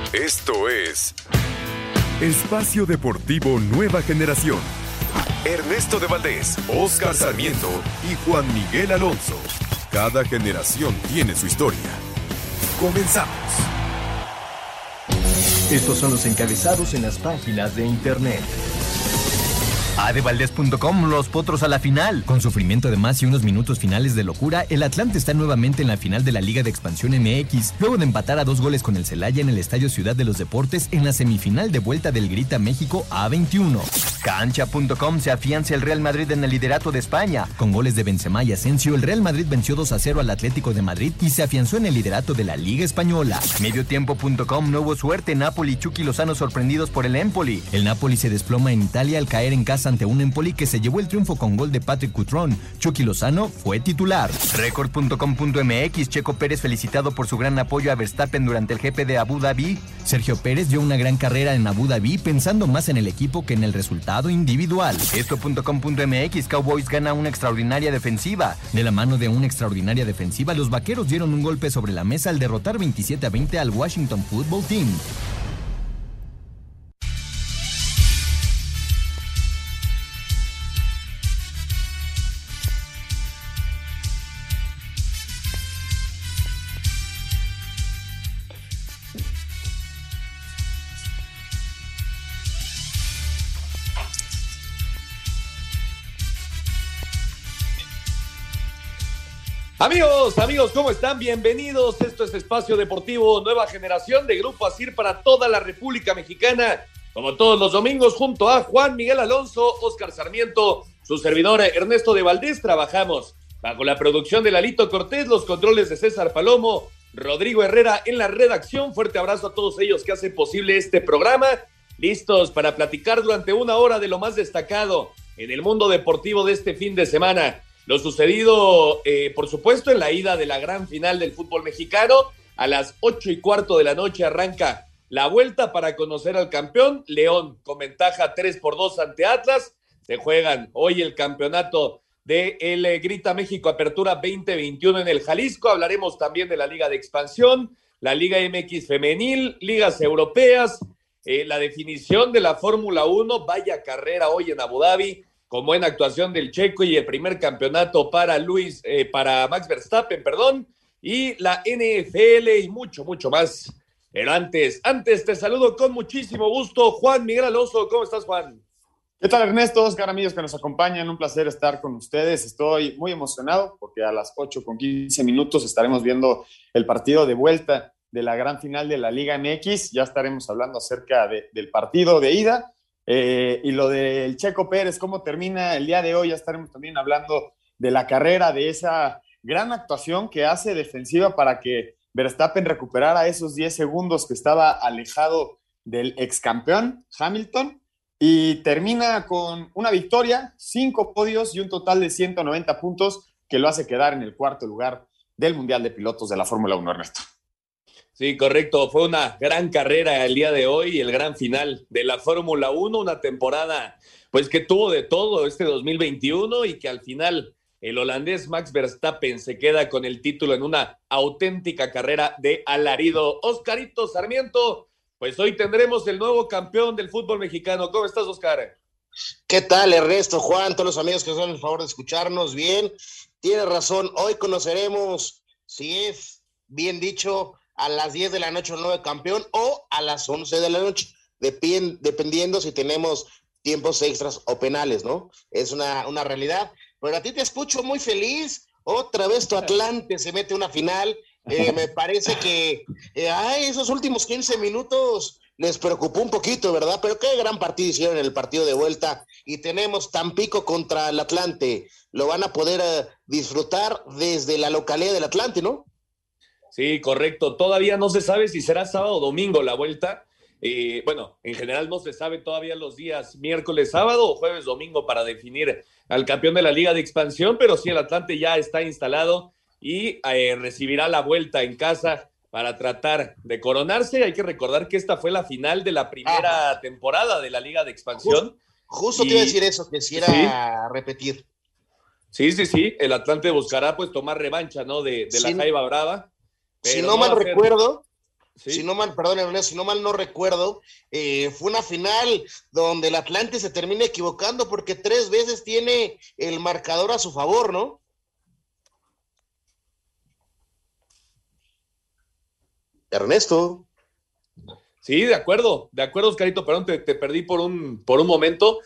Esto es Espacio Deportivo Nueva Generación. Ernesto de Valdés, Óscar Sarmiento y Juan Miguel Alonso. Cada generación tiene su historia. Comenzamos. Estos son los encabezados en las páginas de internet. Adevaldez.com, los potros a la final. Con sufrimiento de más y unos minutos finales de locura, el Atlante está nuevamente en la final de la Liga de Expansión MX, luego de empatar a 2 goles con el Celaya en el Estadio Ciudad de los Deportes en la semifinal de vuelta del Grita México A21. Cancha.com, se afianza el Real Madrid en el liderato de España. Con goles de Benzema y Asensio, el Real Madrid venció 2-0 al Atlético de Madrid y se afianzó en el liderato de la Liga Española. Mediotiempo.com, no hubo suerte, Napoli y Chucky Lozano sorprendidos por el Empoli. El Napoli se desploma en Italia al caer en casa ante un Empoli que se llevó el triunfo con gol de Patrick Cutrón. Chucky Lozano fue titular. Record.com.mx, Checo Pérez felicitado por su gran apoyo a Verstappen durante el GP de Abu Dhabi. Sergio Pérez dio una gran carrera en Abu Dhabi pensando más en el equipo que en el resultado individual. Esto.com.mx, Cowboys gana una extraordinaria defensiva. De la mano de una extraordinaria defensiva, los vaqueros dieron un golpe sobre la mesa al derrotar 27-20 al Washington Football Team. Amigos, ¿cómo están? Bienvenidos. Esto es Espacio Deportivo Nueva Generación de Grupo ASIR para toda la República Mexicana. Como todos los domingos, junto a Juan Miguel Alonso, Óscar Sarmiento, su servidor Ernesto de Valdés, trabajamos bajo la producción de Lalito Cortés, los controles de César Palomo, Rodrigo Herrera en la redacción. Fuerte abrazo a todos ellos que hacen posible este programa. Listos para platicar durante una hora de lo más destacado en el mundo deportivo de este fin de semana. Lo sucedido, por supuesto, en la ida de la gran final del fútbol mexicano. A las 8:15 de la noche arranca la vuelta para conocer al campeón. León con ventaja 3-2 ante Atlas. Se juegan hoy el campeonato de el Grita México Apertura 2021 en el Jalisco. Hablaremos también de la Liga de Expansión, la Liga MX Femenil, ligas europeas, la definición de la Fórmula 1. Vaya carrera hoy en Abu Dhabi, con buena actuación del Checo y el primer campeonato para Max Verstappen, y la NFL y mucho más. Pero antes te saludo con muchísimo gusto, Juan Miguel Alonso. ¿Cómo estás, Juan? ¿Qué tal, Ernesto? Óscar, amigos que nos acompañan, un placer estar con ustedes. Estoy muy emocionado porque a las 8:15 estaremos viendo el partido de vuelta de la gran final de la Liga MX. Ya estaremos hablando acerca del partido de ida. Y lo del Checo Pérez, cómo termina el día de hoy. Ya estaremos también hablando de la carrera, de esa gran actuación que hace defensiva para que Verstappen recuperara esos 10 segundos que estaba alejado del ex campeón Hamilton, y termina con una victoria, 5 podios y un total de 190 puntos que lo hace quedar en el 4º lugar del Mundial de Pilotos de la Fórmula 1, Ernesto. Sí, correcto. Fue una gran carrera el día de hoy, el gran final de la Fórmula 1, una temporada pues que tuvo de todo este 2021 y que al final el holandés Max Verstappen se queda con el título en una auténtica carrera de alarido. Oscarito Sarmiento, pues hoy tendremos el nuevo campeón del fútbol mexicano. ¿Cómo estás, Oscar? ¿Qué tal, Ernesto, Juan, todos los amigos que nos hacen el favor de escucharnos? Bien, tiene razón, hoy conoceremos si es bien dicho a las 10 de la noche el nuevo campeón o a las 11 de la noche, dependiendo si tenemos tiempos extras o penales, ¿no? Es una realidad. Pero a ti te escucho muy feliz. Otra vez tu Atlante se mete a una final. Me parece que esos últimos 15 minutos les preocupó un poquito, ¿verdad? Pero qué gran partido hicieron en el partido de vuelta. Y tenemos Tampico contra el Atlante. Lo van a poder disfrutar desde la localidad del Atlante, ¿no? Sí, correcto. Todavía no se sabe si será sábado o domingo la vuelta. Bueno, en general no se sabe todavía los días miércoles, sábado o jueves, domingo para definir al campeón de la Liga de Expansión, pero sí, el Atlante ya está instalado y recibirá la vuelta en casa para tratar de coronarse. Hay que recordar que esta fue la final de la primera temporada de la Liga de Expansión. Justo te iba a decir eso, quisiera repetir. Sí, el Atlante buscará pues tomar revancha, ¿no? De la Jaiba Brava. Si no mal recuerdo, Sí. Si no mal, perdón, Ernesto, si no mal no recuerdo, fue una final donde el Atlante se termina equivocando porque 3 veces tiene el marcador a su favor, ¿no? Ernesto. Sí, de acuerdo, Oscarito, perdón, te perdí por un momento.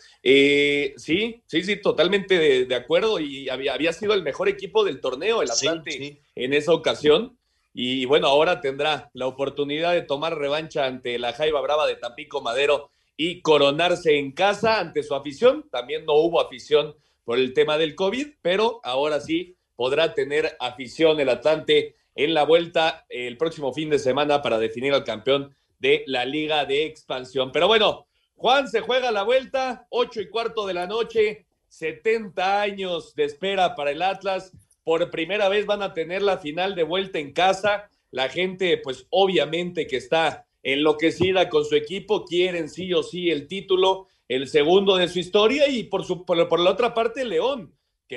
Sí, totalmente de acuerdo, y había sido el mejor equipo del torneo, el Atlante, en esa ocasión, y bueno, ahora tendrá la oportunidad de tomar revancha ante la Jaiba Brava de Tampico Madero y coronarse en casa ante su afición. También no hubo afición por el tema del COVID, pero ahora sí podrá tener afición el Atlante en la vuelta el próximo fin de semana para definir al campeón de la Liga de Expansión. Pero bueno, Juan, se juega la vuelta, 8:15 de la noche, 70 años de espera para el Atlas. Por primera vez van a tener la final de vuelta en casa. La gente, pues obviamente que está enloquecida con su equipo, quieren sí o sí el título, el segundo de su historia, y por la otra parte León,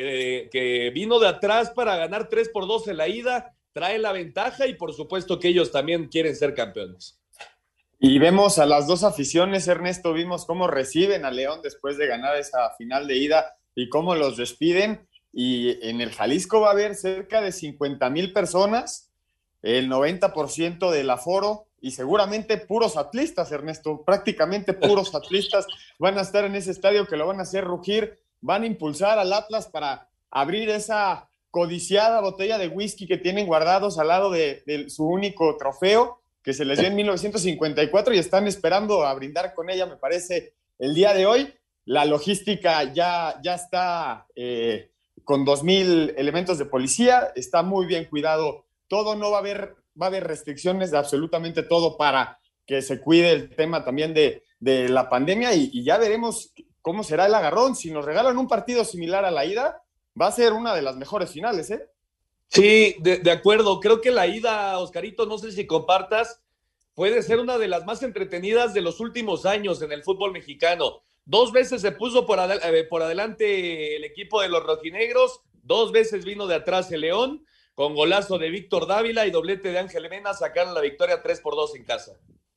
que vino de atrás para ganar 3-2 en la ida, trae la ventaja, y por supuesto que ellos también quieren ser campeones. Y vemos a las dos aficiones, Ernesto, vimos cómo reciben a León después de ganar esa final de ida y cómo los despiden. Y en el Jalisco va a haber cerca de 50,000 personas, el 90% del aforo, y seguramente puros atlistas, Ernesto, prácticamente puros atlistas van a estar en ese estadio, que lo van a hacer rugir, van a impulsar al Atlas para abrir esa codiciada botella de whisky que tienen guardados al lado de su único trofeo, que se les dio en 1954, y están esperando a brindar con ella, me parece, el día de hoy. La logística ya está con 2,000 elementos de policía, está muy bien cuidado todo, no va a haber restricciones de absolutamente todo para que se cuide el tema también de la pandemia, y ya veremos cómo será el agarrón. Si nos regalan un partido similar a la ida, va a ser una de las mejores finales, ¿eh? Sí, de acuerdo. Creo que la ida, Oscarito, no sé si compartas, puede ser una de las más entretenidas de los últimos años en el fútbol mexicano. 2 veces se puso por adelante el equipo de los rojinegros, 2 veces vino de atrás el León, con golazo de Víctor Dávila y doblete de Ángel Mena, sacaron la victoria 3-2 en casa.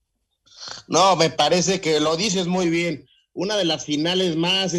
No, me parece que lo dices muy bien. Una de las finales más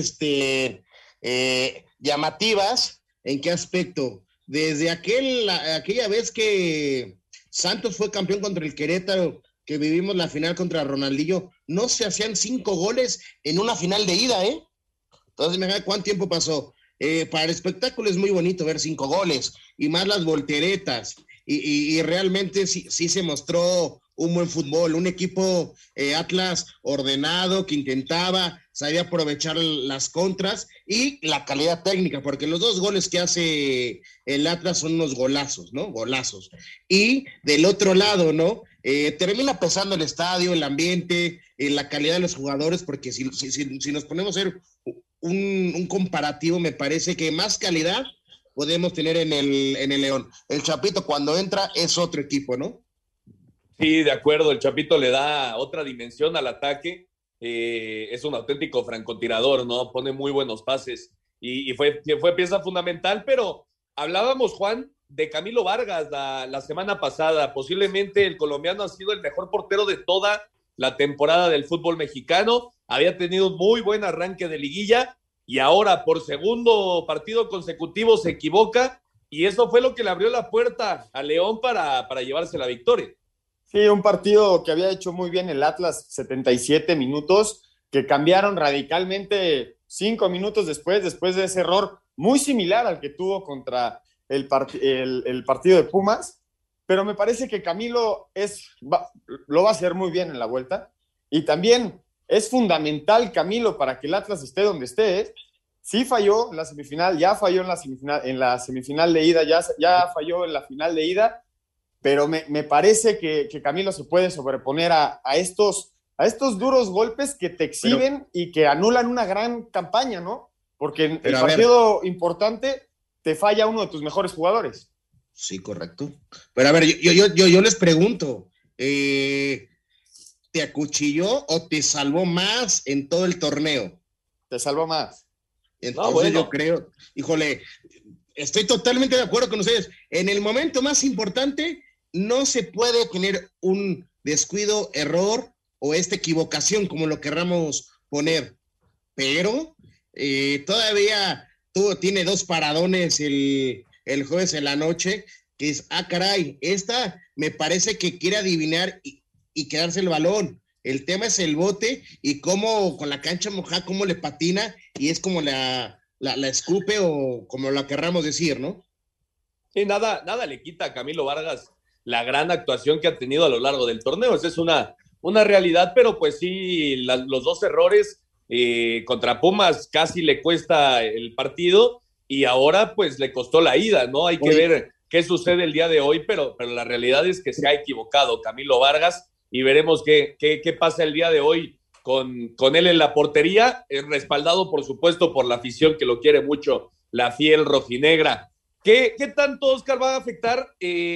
llamativas. ¿En qué aspecto? Desde aquella vez que Santos fue campeón contra el Querétaro, que vivimos la final contra Ronaldinho, no se hacían 5 goles en una final de ida, ¿eh? Entonces, imagínate cuánto tiempo pasó. Para el espectáculo es muy bonito ver 5 goles, y más las volteretas, y realmente sí se mostró un buen fútbol, un equipo Atlas ordenado, que intentaba, sabía aprovechar las contras y la calidad técnica, porque los 2 goles que hace el Atlas son unos golazos, ¿no? Golazos. Y del otro lado, ¿no? Termina pesando el estadio, el ambiente, la calidad de los jugadores, porque si nos ponemos a hacer un comparativo, me parece que más calidad podemos tener en el León. El Chapito, cuando entra, es otro equipo, ¿no? Sí, de acuerdo, el Chapito le da otra dimensión al ataque, es un auténtico francotirador, ¿no? Pone muy buenos pases, y fue pieza fundamental. Pero hablábamos, Juan, de Camilo Vargas la semana pasada. Posiblemente el colombiano ha sido el mejor portero de toda la temporada del fútbol mexicano, había tenido un muy buen arranque de liguilla, y ahora por segundo partido consecutivo se equivoca, y eso fue lo que le abrió la puerta a León para llevarse la victoria. Sí, un partido que había hecho muy bien el Atlas, 77 minutos, que cambiaron radicalmente 5 minutos después de ese error muy similar al que tuvo contra el partido de Pumas. Pero me parece que Camilo lo va a hacer muy bien en la vuelta, y también es fundamental Camilo para que el Atlas esté donde esté, ¿eh? Sí falló en la semifinal, ya falló en la semifinal de ida, ya falló en la final de ida, pero me parece que Camilo se puede sobreponer a estos duros golpes que te exhiben y que anulan una gran campaña, ¿no? Porque en el partido importante te falla uno de tus mejores jugadores. Sí, correcto. Pero a ver, yo les pregunto, ¿te acuchilló o te salvó más en todo el torneo? Te salvó más. Entonces bueno, yo creo, híjole, estoy totalmente de acuerdo con ustedes. En el momento más importante no se puede tener un descuido, error o esta equivocación, como lo querramos poner. Pero todavía tiene 2 paradones el jueves en la noche, que es, caray, esta me parece que quiere adivinar y quedarse el balón. El tema es el bote y cómo con la cancha mojada, cómo le patina y es como la escupe o como la querramos decir, ¿no? Sí, nada le quita a Camilo Vargas la gran actuación que ha tenido a lo largo del torneo. Esa es una realidad, pero pues sí, los 2 errores contra Pumas casi le cuesta el partido y ahora pues le costó la ida, ¿no? Hay que ver qué sucede el día de hoy, pero la realidad es que se ha equivocado Camilo Vargas y veremos qué pasa el día de hoy con él en la portería, respaldado por supuesto por la afición que lo quiere mucho, la fiel rojinegra. ¿Qué tanto, Oscar, va a afectar?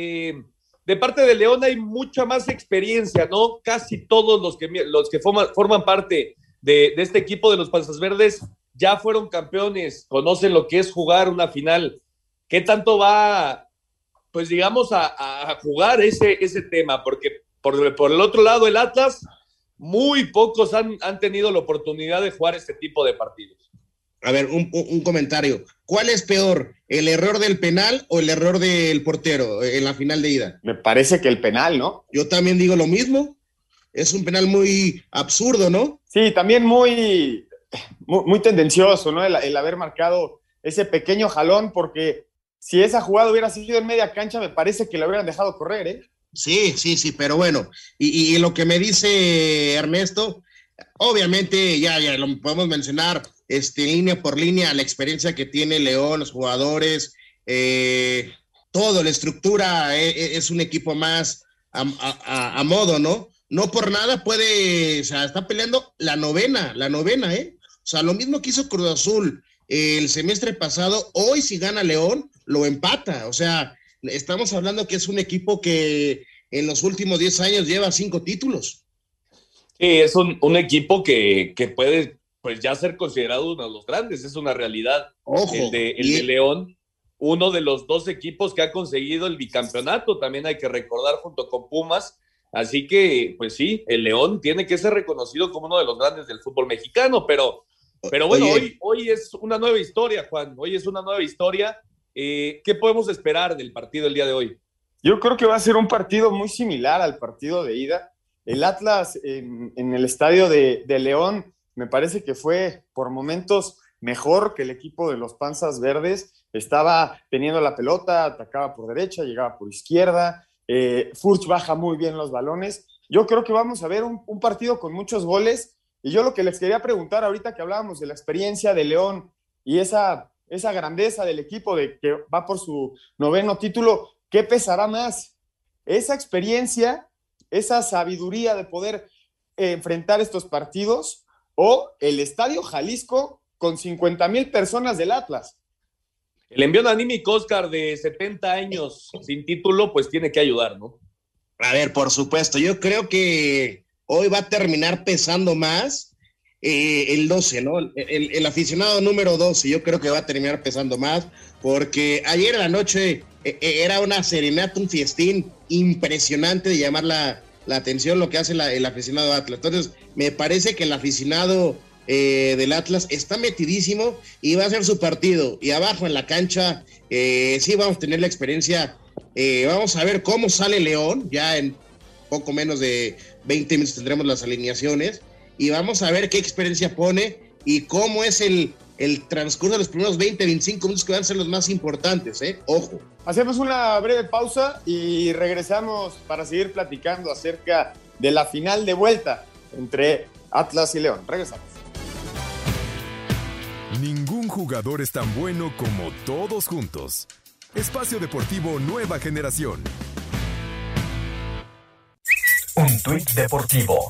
De parte de León hay mucha más experiencia, ¿no? Casi todos los que forman parte de este equipo de los Panzas Verdes ya fueron campeones, conocen lo que es jugar una final. ¿Qué tanto va, pues digamos, a jugar ese tema? Porque por el otro lado, el Atlas, muy pocos han tenido la oportunidad de jugar este tipo de partidos. A ver, un comentario. ¿Cuál es peor, el error del penal o el error del portero en la final de ida? Me parece que el penal, ¿no? Yo también digo lo mismo. Es un penal muy absurdo, ¿no? Sí, también muy tendencioso, ¿no? El haber marcado ese pequeño jalón, porque si esa jugada hubiera sido en media cancha, me parece que la hubieran dejado correr, ¿eh? Sí, pero bueno. Y lo que me dice Ernesto, obviamente ya lo podemos mencionar, línea por línea, la experiencia que tiene León, los jugadores, todo, la estructura, es un equipo más a modo, ¿no? No por nada está peleando la novena, ¿eh? O sea, lo mismo que hizo Cruz Azul el semestre pasado, hoy si gana León, lo empata. O sea, estamos hablando que es un equipo que en los últimos 10 años lleva 5 títulos. Sí, es un equipo que puede pues ya ser considerado uno de los grandes, es una realidad. Ojo, el de León, uno de los 2 equipos que ha conseguido el bicampeonato, también hay que recordar, junto con Pumas. Así que, pues sí, el León tiene que ser reconocido como uno de los grandes del fútbol mexicano, pero bueno, hoy es una nueva historia, Juan, hoy es una nueva historia. ¿Qué podemos esperar del partido el día de hoy? Yo creo que va a ser un partido muy similar al partido de ida. El Atlas en el estadio de León me parece que fue por momentos mejor que el equipo de los Panzas Verdes. Estaba teniendo la pelota, atacaba por derecha, llegaba por izquierda. Furch baja muy bien los balones. Yo creo que vamos a ver un partido con muchos goles, y yo lo que les quería preguntar ahorita que hablábamos de la experiencia de León y esa grandeza del equipo de que va por su 9º título, ¿qué pesará más? ¿Esa experiencia, esa sabiduría de poder enfrentar estos partidos, o el Estadio Jalisco con 50,000 personas del Atlas? El envío anímico, Oscar, de 70 años sin título, pues tiene que ayudar, ¿no? A ver, por supuesto, yo creo que hoy va a terminar pesando más el 12, ¿no? El aficionado número 12, yo creo que va a terminar pesando más, porque ayer en la noche era una serenata, un fiestín impresionante de llamar la atención lo que hace el aficionado Atlas. Entonces, me parece que el aficionado del Atlas está metidísimo y va a hacer su partido. Y abajo en la cancha, sí vamos a tener la experiencia. Vamos a ver cómo sale León. Ya en poco menos de 20 minutos tendremos las alineaciones. Y vamos a ver qué experiencia pone y cómo es el transcurso de los primeros 20, 25 minutos que van a ser los más importantes, ¿eh? Ojo. Hacemos una breve pausa y regresamos para seguir platicando acerca de la final de vuelta entre Atlas y León. Regresamos. Ningún jugador es tan bueno como todos juntos. Espacio Deportivo Nueva Generación. Un tuit deportivo.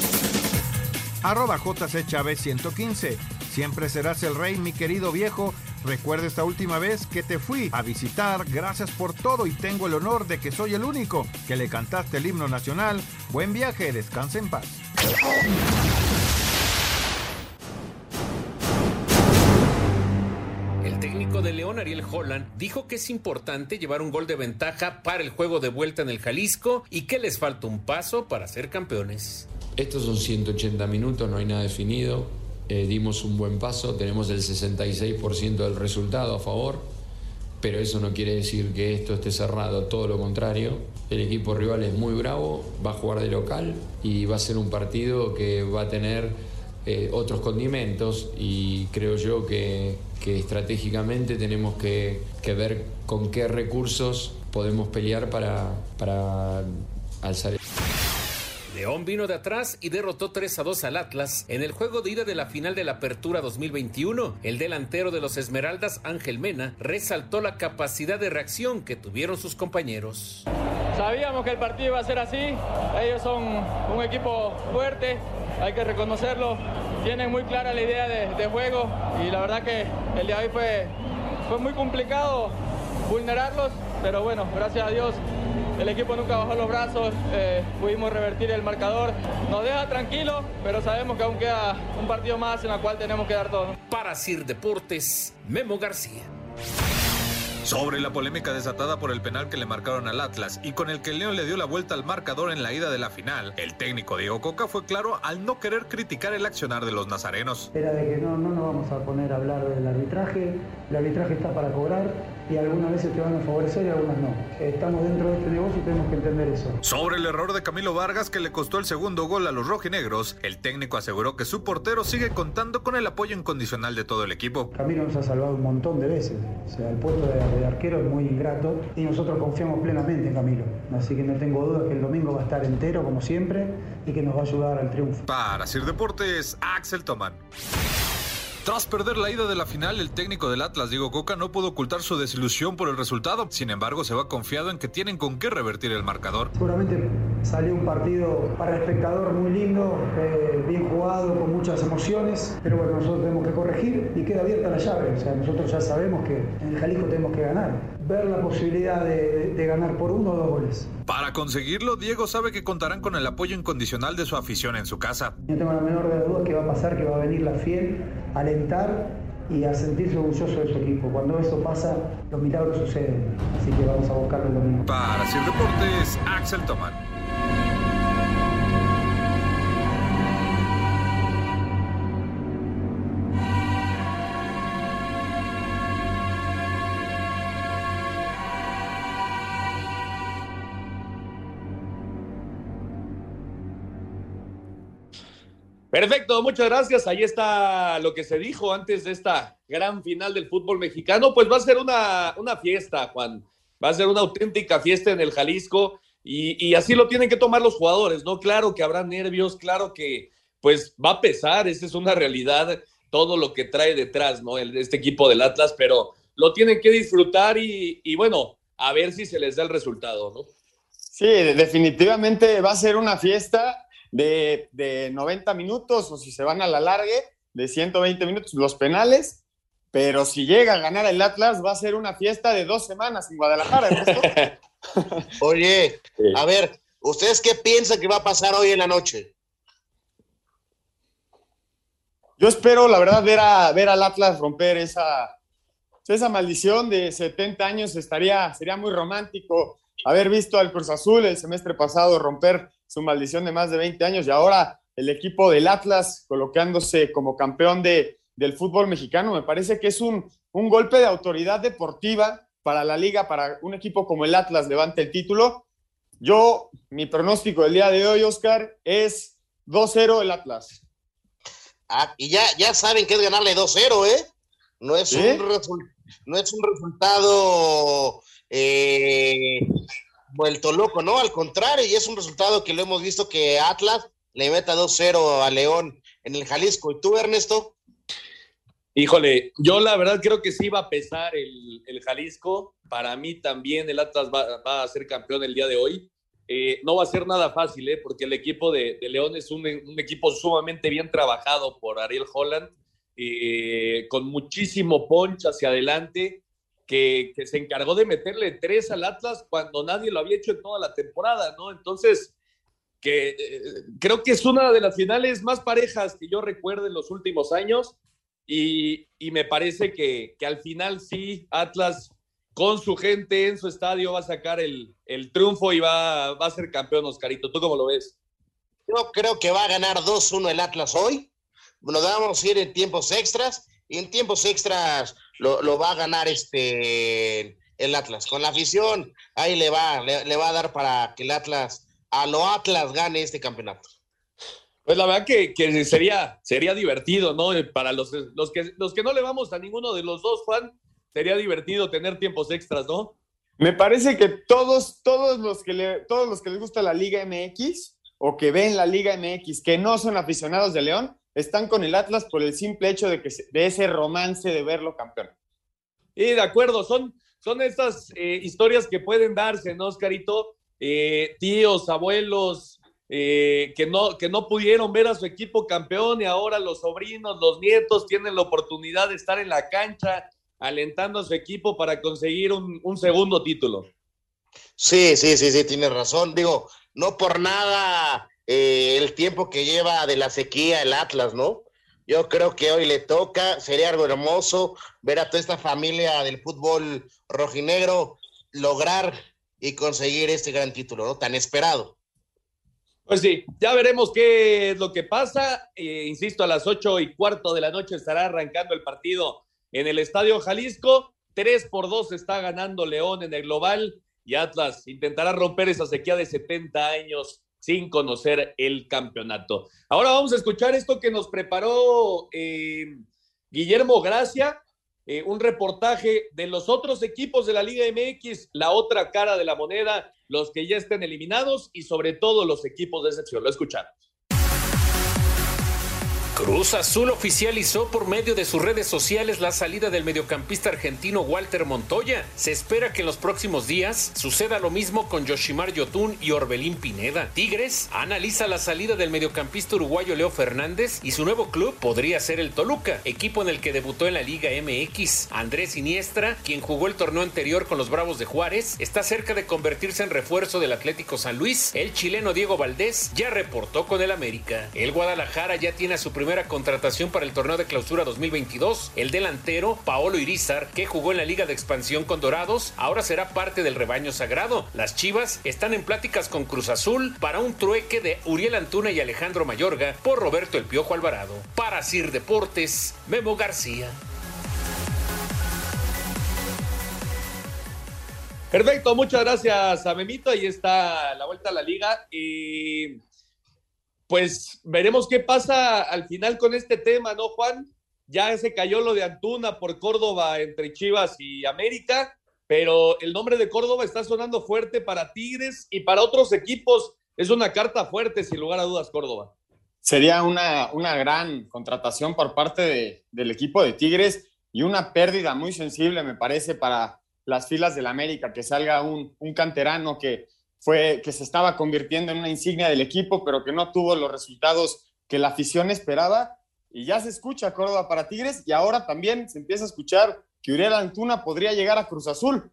@JCChávez115. Siempre serás el rey, mi querido viejo. Recuerda esta última vez que te fui a visitar. Gracias por todo y tengo el honor de que soy el único que le cantaste el himno nacional. Buen viaje, descansa en paz. El técnico de León, Ariel Holland, dijo que es importante llevar un gol de ventaja para el juego de vuelta en el Jalisco y que les falta un paso para ser campeones. Estos son 180 minutos, no hay nada definido. Dimos un buen paso, tenemos el 66% del resultado a favor, pero eso no quiere decir que esto esté cerrado, todo lo contrario. El equipo rival es muy bravo, va a jugar de local y va a ser un partido que va a tener otros condimentos, y creo yo que estratégicamente tenemos que ver con qué recursos podemos pelear para alzar. León vino de atrás y derrotó 3-2 al Atlas en el juego de ida de la final de la Apertura 2021. El delantero de los Esmeraldas, Ángel Mena, resaltó la capacidad de reacción que tuvieron sus compañeros. Sabíamos que el partido iba a ser así. Ellos son un equipo fuerte, hay que reconocerlo. Tienen muy clara la idea de juego y la verdad que el día de hoy fue muy complicado vulnerarlos, pero bueno, gracias a Dios el equipo nunca bajó los brazos, pudimos revertir el marcador. Nos deja tranquilos, pero sabemos que aún queda un partido más en el cual tenemos que dar todo. Para Sir Deportes, Memo García. Sobre la polémica desatada por el penal que le marcaron al Atlas y con el que el León le dio la vuelta al marcador en la ida de la final, el técnico Diego Coca fue claro al no querer criticar el accionar de los nazarenos. Era de que no nos vamos a poner a hablar del arbitraje, el arbitraje está para cobrar y algunas veces te van a favorecer y algunas no. Estamos dentro de este negocio y tenemos que entender eso. Sobre el error de Camilo Vargas que le costó el segundo gol a los rojinegros, el técnico aseguró que su portero sigue contando con el apoyo incondicional de todo el equipo. Camilo nos ha salvado un montón de veces, o sea, el puesto de arquero es muy ingrato y nosotros confiamos plenamente en Camilo, así que no tengo dudas que el domingo va a estar entero como siempre y que nos va a ayudar al triunfo. Para Sir Deportes, Axel Tomán. Tras perder la ida de la final, el técnico del Atlas, Diego Coca, no pudo ocultar su desilusión por el resultado. Sin embargo, se va confiado en que tienen con qué revertir el marcador. Seguramente salió un partido para el espectador muy lindo, bien jugado, con muchas emociones, pero bueno, nosotros tenemos que corregir y queda abierta la llave. O sea, nosotros ya sabemos que en el Jalisco tenemos que ganar. Ver la posibilidad de ganar por 1 o 2 goles. Para conseguirlo, Diego sabe que contarán con el apoyo incondicional de su afición en su casa. No tengo la menor de las dudas que va a pasar, que va a venir la fiel a alentar y a sentirse orgulloso de su equipo. Cuando eso pasa, los milagros suceden. Así que vamos a buscarlo el domingo. Para Sir Deportes, Axel Tomán. Perfecto, muchas gracias. Ahí está lo que se dijo antes de esta gran final del fútbol mexicano. Pues va a ser una fiesta, Juan. Va a ser una auténtica fiesta en el Jalisco y así lo tienen que tomar los jugadores, ¿no? Claro que habrá nervios, claro que pues va a pesar, esa es una realidad, todo lo que trae detrás, ¿no? Este equipo del Atlas, pero lo tienen que disfrutar y bueno, a ver si se les da el resultado, ¿no? Sí, definitivamente va a ser una fiesta de 90 minutos, o si se van a la larga, de 120 minutos, los penales, pero si llega a ganar el Atlas, va a ser una fiesta de 2 semanas en Guadalajara, ¿no? Oye, a ver, ¿ustedes qué piensan que va a pasar hoy en la noche? Yo espero, la verdad, ver al Atlas romper esa maldición de 70 años. Sería muy romántico haber visto al Cruz Azul el semestre pasado romper su maldición de más de 20 años y ahora el equipo del Atlas colocándose como campeón del fútbol mexicano. Me parece que es un golpe de autoridad deportiva para la liga, para un equipo como el Atlas levante el título. Mi pronóstico del día de hoy, Oscar, es 2-0 el Atlas. Y ya saben que es ganarle 2-0, ¿eh? No es, ¿sí? No es un resultado vuelto loco, ¿no? Al contrario, y es un resultado que lo hemos visto que Atlas le meta 2-0 a León en el Jalisco. ¿Y tú, Ernesto? Híjole, yo la verdad creo que sí va a pesar el Jalisco. Para mí también el Atlas va a ser campeón el día de hoy. No va a ser nada fácil, porque el equipo de León es un equipo sumamente bien trabajado por Ariel Holland, con muchísimo punch hacia adelante, que se encargó de meterle 3 al Atlas cuando nadie lo había hecho en toda la temporada, ¿no? Entonces, creo que es una de las finales más parejas que yo recuerdo en los últimos años. y me parece que al final sí, Atlas con su gente en su estadio va a sacar el triunfo y va a ser campeón, Oscarito. ¿Tú cómo lo ves? Yo creo que va a ganar 2-1 el Atlas hoy. Nos vamos a ir en tiempos extras y en tiempos extras lo va a ganar el Atlas. Con la afición, ahí le va a dar para que el Atlas, a lo Atlas, gane este campeonato. Pues la verdad que sería divertido, ¿no? Para los que no le vamos a ninguno de los dos, Juan, sería divertido tener tiempos extras, ¿no? Me parece que todos los que les gusta la Liga MX o que ven la Liga MX, que no son aficionados de León, están con el Atlas por el simple hecho de ese romance de verlo campeón. Y de acuerdo, son estas historias que pueden darse, ¿no, Oscarito? Tíos, abuelos, que no pudieron ver a su equipo campeón y ahora los sobrinos, los nietos tienen la oportunidad de estar en la cancha alentando a su equipo para conseguir un segundo título. Sí, tienes razón. Digo, no por nada el tiempo que lleva de la sequía el Atlas, ¿no? Yo creo que hoy le toca, sería algo hermoso ver a toda esta familia del fútbol rojinegro lograr y conseguir este gran título, ¿no? Tan esperado. Pues sí, ya veremos qué es lo que pasa. Insisto, a las 8:15 de la noche estará arrancando el partido en el Estadio Jalisco. 3-2 está ganando León en el global y Atlas intentará romper esa sequía de 70 años sin conocer el campeonato. Ahora vamos a escuchar esto que nos preparó Guillermo Gracia, un reportaje de los otros equipos de la Liga MX, la otra cara de la moneda, los que ya estén eliminados y sobre todo los equipos de excepción. Lo escuchamos. Cruz Azul oficializó por medio de sus redes sociales la salida del mediocampista argentino Walter Montoya. Se espera que en los próximos días suceda lo mismo con Yoshimar Yotun y Orbelín Pineda. Tigres analiza la salida del mediocampista uruguayo Leo Fernández y su nuevo club podría ser el Toluca, equipo en el que debutó en la Liga MX. Andrés Iniestra, quien jugó el torneo anterior con los Bravos de Juárez, está cerca de convertirse en refuerzo del Atlético San Luis. El chileno Diego Valdés ya reportó con el América. El Guadalajara ya tiene a su primera contratación para el torneo de clausura 2022. El delantero Paolo Irizar, que jugó en la Liga de Expansión con Dorados, ahora será parte del rebaño sagrado. Las Chivas están en pláticas con Cruz Azul para un trueque de Uriel Antuna y Alejandro Mayorga por Roberto El Piojo Alvarado. Para Sir Deportes, Memo García. Perfecto, muchas gracias a Memito. Ahí está la vuelta a la liga y pues veremos qué pasa al final con este tema, ¿no, Juan? Ya se cayó lo de Antuna por Córdoba entre Chivas y América, pero el nombre de Córdoba está sonando fuerte para Tigres y para otros equipos. Es una carta fuerte, sin lugar a dudas, Córdoba. Sería una gran contratación por parte del equipo de Tigres y una pérdida muy sensible, me parece, para las filas del América, que salga un canterano que se estaba convirtiendo en una insignia del equipo, pero que no tuvo los resultados que la afición esperaba, y ya se escucha Córdoba para Tigres, y ahora también se empieza a escuchar que Uriel Antuna podría llegar a Cruz Azul.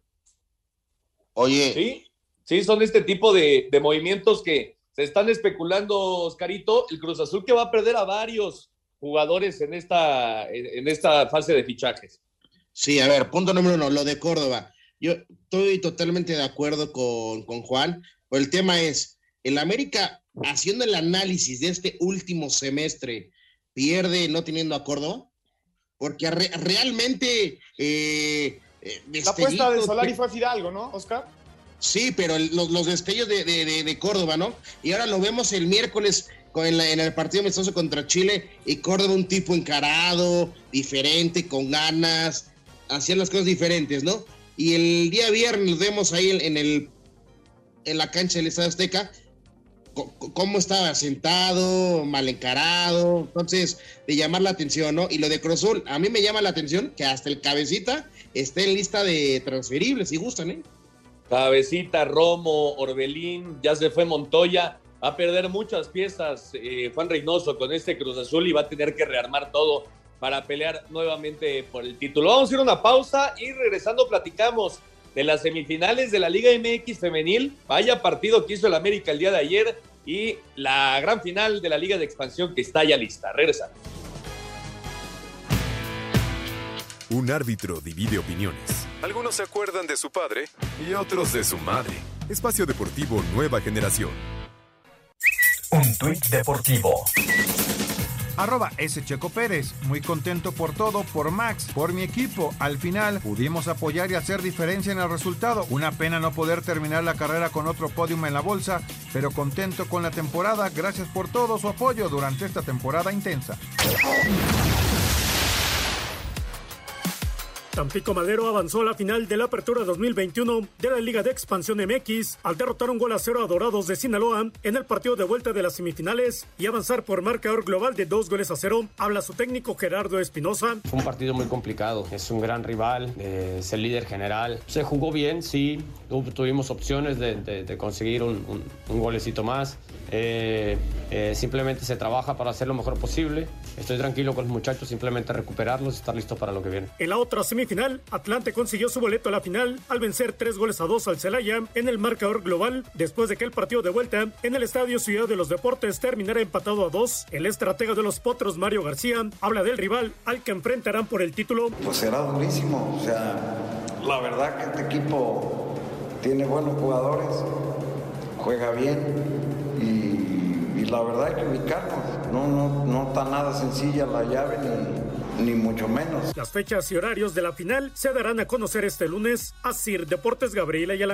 Oye. Sí, son este tipo de movimientos que se están especulando, Oscarito. El Cruz Azul que va a perder a varios jugadores en esta fase de fichajes. Sí, a ver, punto número 1, lo de Córdoba. Yo estoy totalmente de acuerdo con Juan, pero el tema es, el América, haciendo el análisis de este último semestre, pierde no teniendo a Córdoba, porque realmente... la apuesta de Solari fue Fidalgo, ¿no, Oscar? Sí, pero los destellos de Córdoba, ¿no? Y ahora lo vemos el miércoles en el partido amistoso contra Chile, y Córdoba un tipo encarado, diferente, con ganas, hacían las cosas diferentes, ¿no? Y el día viernes nos vemos ahí en la cancha del Estadio Azteca, cómo estaba sentado, mal encarado, entonces de llamar la atención, ¿no? Y lo de Cruz Azul, a mí me llama la atención que hasta el Cabecita esté en lista de transferibles, si gustan, ¿eh? Cabecita, Romo, Orbelín, ya se fue Montoya, va a perder muchas piezas Juan Reynoso con este Cruz Azul y va a tener que rearmar todo para pelear nuevamente por el título. Vamos a ir a una pausa y regresando platicamos de las semifinales de la Liga MX femenil. Vaya partido que hizo el América el día de ayer y la gran final de la Liga de Expansión que está ya lista. Regresamos. Un árbitro divide opiniones. Algunos se acuerdan de su padre y otros de su madre. Espacio Deportivo Nueva Generación. Un tuit deportivo. @Checo Pérez, muy contento por todo, por Max, por mi equipo. Al final pudimos apoyar y hacer diferencia en el resultado. Una pena no poder terminar la carrera con otro podium en la bolsa, pero contento con la temporada. Gracias por todo su apoyo durante esta temporada intensa. Tampico Madero avanzó a la final de la Apertura 2021 de la Liga de Expansión MX al derrotar 1-0 a Dorados de Sinaloa en el partido de vuelta de las semifinales y avanzar por marcador global de 2-0. Habla su técnico Gerardo Espinosa. Fue un partido muy complicado, es un gran rival, es el líder general. Se jugó bien, sí, tuvimos opciones de conseguir un golecito más. Simplemente se trabaja para hacer lo mejor posible. Estoy tranquilo con los muchachos, simplemente recuperarlos y estar listos para lo que viene. En la otra semifinal, Atlante consiguió su boleto a la final al vencer 3-2 al Celaya en el marcador global, después de que el partido de vuelta en el Estadio Ciudad de los Deportes terminara empatado a 2. El estratega de los Potros, Mario García, habla del rival al que enfrentarán por el título. Pues será durísimo, o sea, la verdad que este equipo tiene buenos jugadores, juega bien y la verdad hay que ubicarnos. No está nada sencilla la llave ni mucho menos. Las fechas y horarios de la final se darán a conocer este lunes. Asir Deportes, Gabriela Ayala.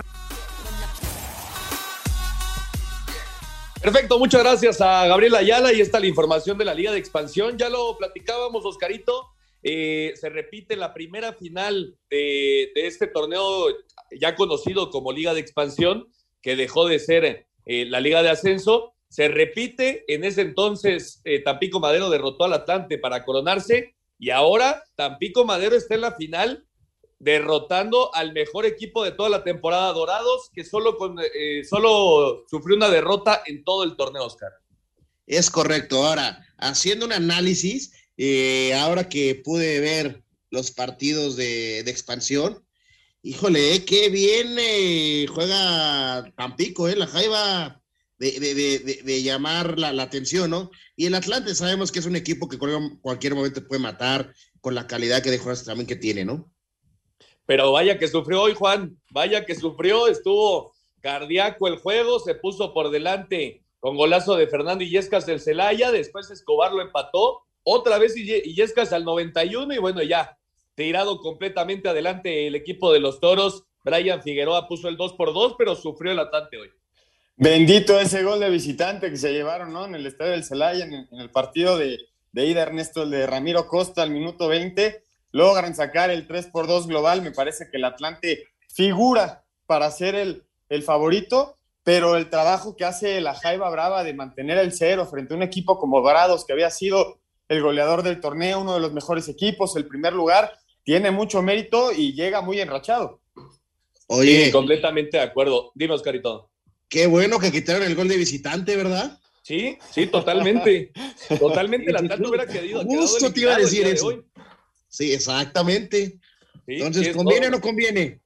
Perfecto, muchas gracias a Gabriela Ayala. Y está la información de la Liga de Expansión. Ya lo platicábamos, Oscarito. Se repite la primera final de este torneo ya conocido como Liga de Expansión, que dejó de ser la Liga de Ascenso. Se repite, en ese entonces Tampico Madero derrotó al Atlante para coronarse y ahora Tampico Madero está en la final derrotando al mejor equipo de toda la temporada, Dorados, que solo sufrió una derrota en todo el torneo, Oscar. Es correcto. Ahora, haciendo un análisis, ahora que pude ver los partidos de expansión, híjole, qué bien juega Tampico, la Jaiba de llamar la atención, ¿no? Y el Atlante sabemos que es un equipo que en cualquier momento puede matar con la calidad que dejó también que tiene, ¿no? Pero vaya que sufrió hoy, Juan, vaya que sufrió, estuvo cardíaco el juego, se puso por delante con golazo de Fernando Illescas del Celaya, después Escobar lo empató, otra vez Illescas al 91 y bueno, ya tirado completamente adelante el equipo de los Toros. Brian Figueroa puso el 2-2, pero sufrió el Atlante hoy. Bendito ese gol de visitante que se llevaron, ¿no? En el estadio del Celaya, en el partido de ida, Ernesto, el de Ramiro Costa al minuto 20. Logran sacar el 3-2 global. Me parece que el Atlante figura para ser el favorito, pero el trabajo que hace la Jaiba Brava de mantener el 0 frente a un equipo como Dorados, que había sido el goleador del torneo, uno de los mejores equipos, el primer lugar, tiene mucho mérito y llega muy enrachado. Oye, sí, completamente de acuerdo. Dime, Oscarito. Qué bueno que quitaron el gol de visitante, ¿verdad? Sí, totalmente. Totalmente, el Atlante hubiera quedado. Justo te iba a decir eso. Sí, exactamente. Sí, entonces, ¿conviene o no conviene?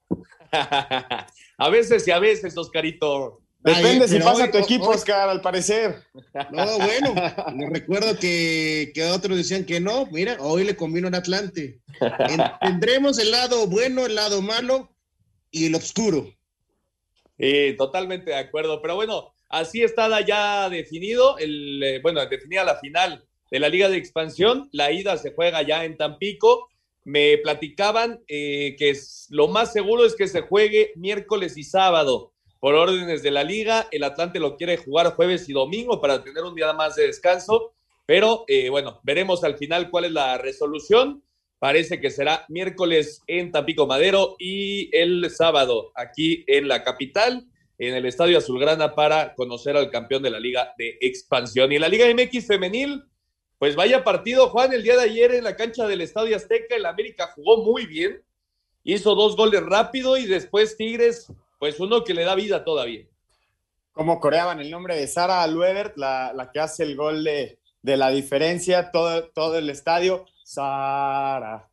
A veces y a veces, Oscarito. Depende si pasa tu equipo, Oscar, al parecer. No, bueno, les recuerdo que otros decían que no. Mira, hoy le convino al Atlante. Tendremos el lado bueno, el lado malo y el oscuro. Totalmente de acuerdo, pero bueno, así está ya definido, definida la final de la Liga de Expansión. La ida se juega ya en Tampico. Me platicaban que lo más seguro es que se juegue miércoles y sábado por órdenes de la liga. El Atlante lo quiere jugar jueves y domingo para tener un día más de descanso, pero veremos al final cuál es la resolución. Parece que será miércoles en Tampico Madero y el sábado aquí en la capital, en el Estadio Azulgrana, para conocer al campeón de la Liga de Expansión. Y en la Liga MX femenil, pues vaya partido, Juan, el día de ayer en la cancha del Estadio Azteca. El América jugó muy bien, hizo 2 goles rápido y después Tigres, pues uno que le da vida todavía. Como coreaban el nombre de Sara Luebert, la que hace el gol de la diferencia, todo el estadio. Sara.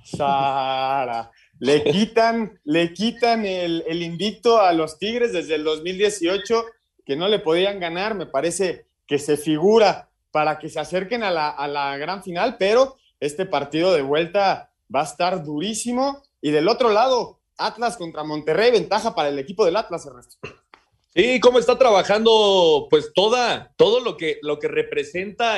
Le quitan el invicto a los Tigres desde el 2018, que no le podían ganar. Me parece que se figura para que se acerquen a la gran final, pero este partido de vuelta va a estar durísimo. Y del otro lado, Atlas contra Monterrey, ventaja para el equipo del Atlas, Ernesto. Sí, cómo está trabajando pues todo lo que representa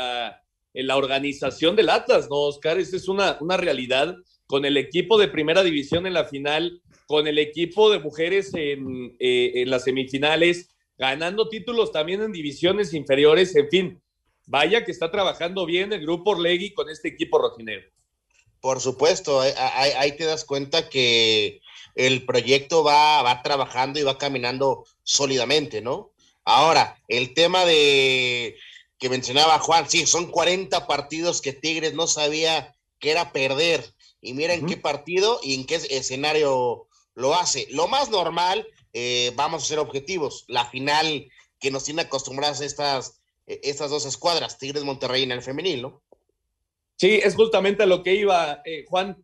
la organización del Atlas, ¿no, Oscar? Esa es una realidad, con el equipo de primera división en la final, con el equipo de mujeres en las semifinales, ganando títulos también en divisiones inferiores, en fin, vaya que está trabajando bien el grupo Orlegui con este equipo rojinegro. Por supuesto, ahí te das cuenta que el proyecto va trabajando y va caminando sólidamente, ¿no? Ahora, el tema de que mencionaba Juan, sí, son 40 partidos que Tigres no sabía que era perder, y mira en qué partido y en qué escenario lo hace. Lo más normal, vamos a ser objetivos, la final que nos tiene acostumbradas estas dos escuadras, Tigres Monterrey en el femenil, ¿no? Sí, es justamente a lo que iba, Juan.